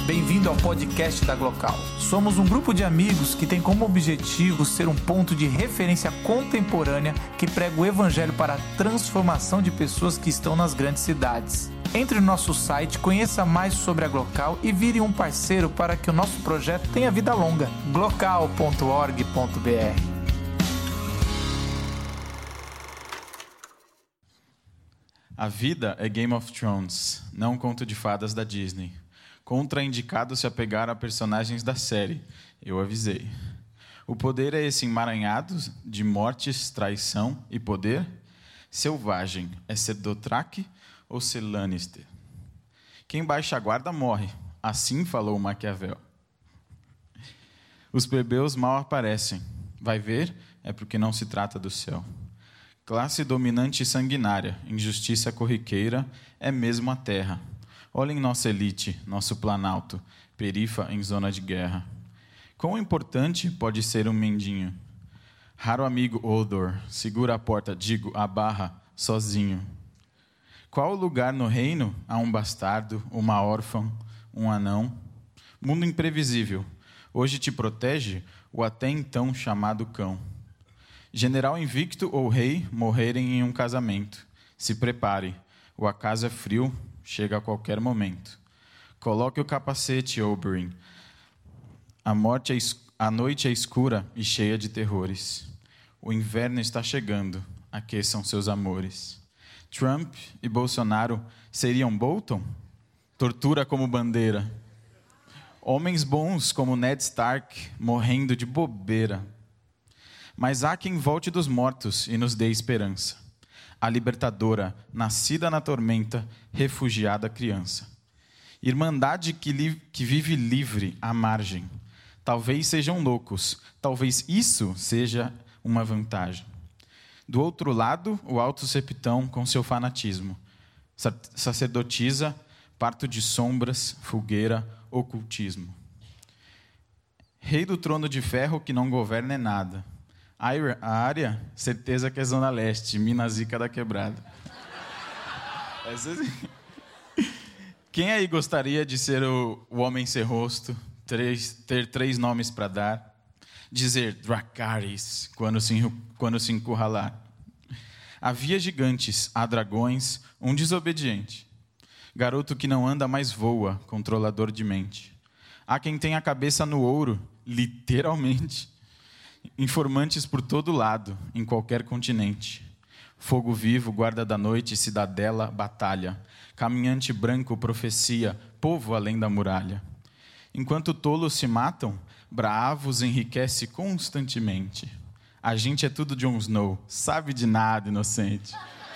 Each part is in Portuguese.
Bem-vindo ao podcast da Glocal. Somos um grupo de amigos que tem como objetivo ser um ponto de referência contemporânea que prega o evangelho para a transformação de pessoas que estão nas grandes cidades. Entre no nosso site, conheça mais sobre a Glocal e vire um parceiro para que o nosso projeto tenha vida longa. glocal.org.br. A vida é Game of Thrones, não um conto de fadas da Disney. Contraindicado se apegar a personagens da série, eu avisei. O poder é esse emaranhado de mortes, traição e poder? Selvagem, é ser Dothraki ou ser Lannister? Quem baixa a guarda morre, assim falou Maquiavel. Os plebeus mal aparecem, vai ver, é porque não se trata do céu. Classe dominante e sanguinária, injustiça corriqueira, é mesmo a terra. Olhem nossa elite, nosso planalto, perifa em zona de guerra. Quão importante pode ser um mendinho? Raro amigo Odor, segura a porta, digo, a barra, sozinho. Qual lugar no reino há um bastardo, uma órfã, um anão? Mundo imprevisível, hoje te protege o até então chamado cão. General invicto ou rei morrerem em um casamento. Se prepare, o acaso é frio, chega a qualquer momento. Coloque o capacete, Oberyn. A noite é escura e cheia de terrores. O inverno está chegando, aqueçam seus amores. Trump e Bolsonaro seriam Bolton? Tortura como bandeira. Homens bons como Ned Stark morrendo de bobeira. Mas há quem volte dos mortos e nos dê esperança. A libertadora, nascida na tormenta, refugiada criança. Irmandade que vive livre à margem. Talvez sejam loucos, talvez isso seja uma vantagem. Do outro lado, o alto septão com seu fanatismo. Sacerdotisa, parto de sombras, fogueira, ocultismo. Rei do trono de ferro que não governa é nada. A área, certeza que é Zona Leste, Minas Zica da Quebrada. Quem aí gostaria de ser o homem sem rosto, ter 3 nomes para dar, dizer Dracarys quando se encurralar? Havia gigantes, há dragões, um desobediente. Garoto que não anda, mas voa, controlador de mente. Há quem tem a cabeça no ouro, literalmente. Informantes por todo lado, em qualquer continente. Fogo vivo, guarda da noite, cidadela, batalha. Caminhante branco, profecia, povo além da muralha. Enquanto tolos se matam, bravos enriquece constantemente. A gente é tudo Jon Snow, sabe de nada, inocente.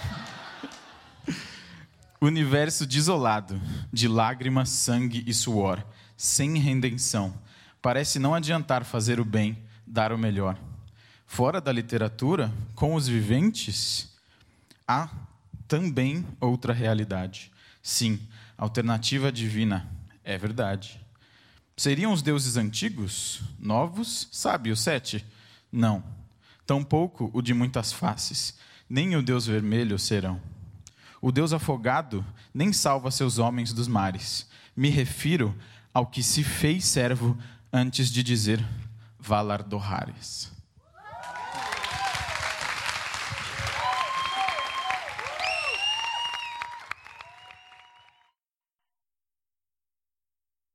Universo desolado, de lágrimas, sangue e suor, sem redenção. Parece não adiantar fazer o bem, dar o melhor. Fora da literatura, com os viventes, há também outra realidade. Sim, alternativa divina, é verdade. Seriam os deuses antigos? Novos? Sabe o 7? Não. Tampouco o de muitas faces, nem o Deus vermelho serão. O Deus afogado nem salva seus homens dos mares. Me refiro ao que se fez servo antes de dizer Valar Dohaeris.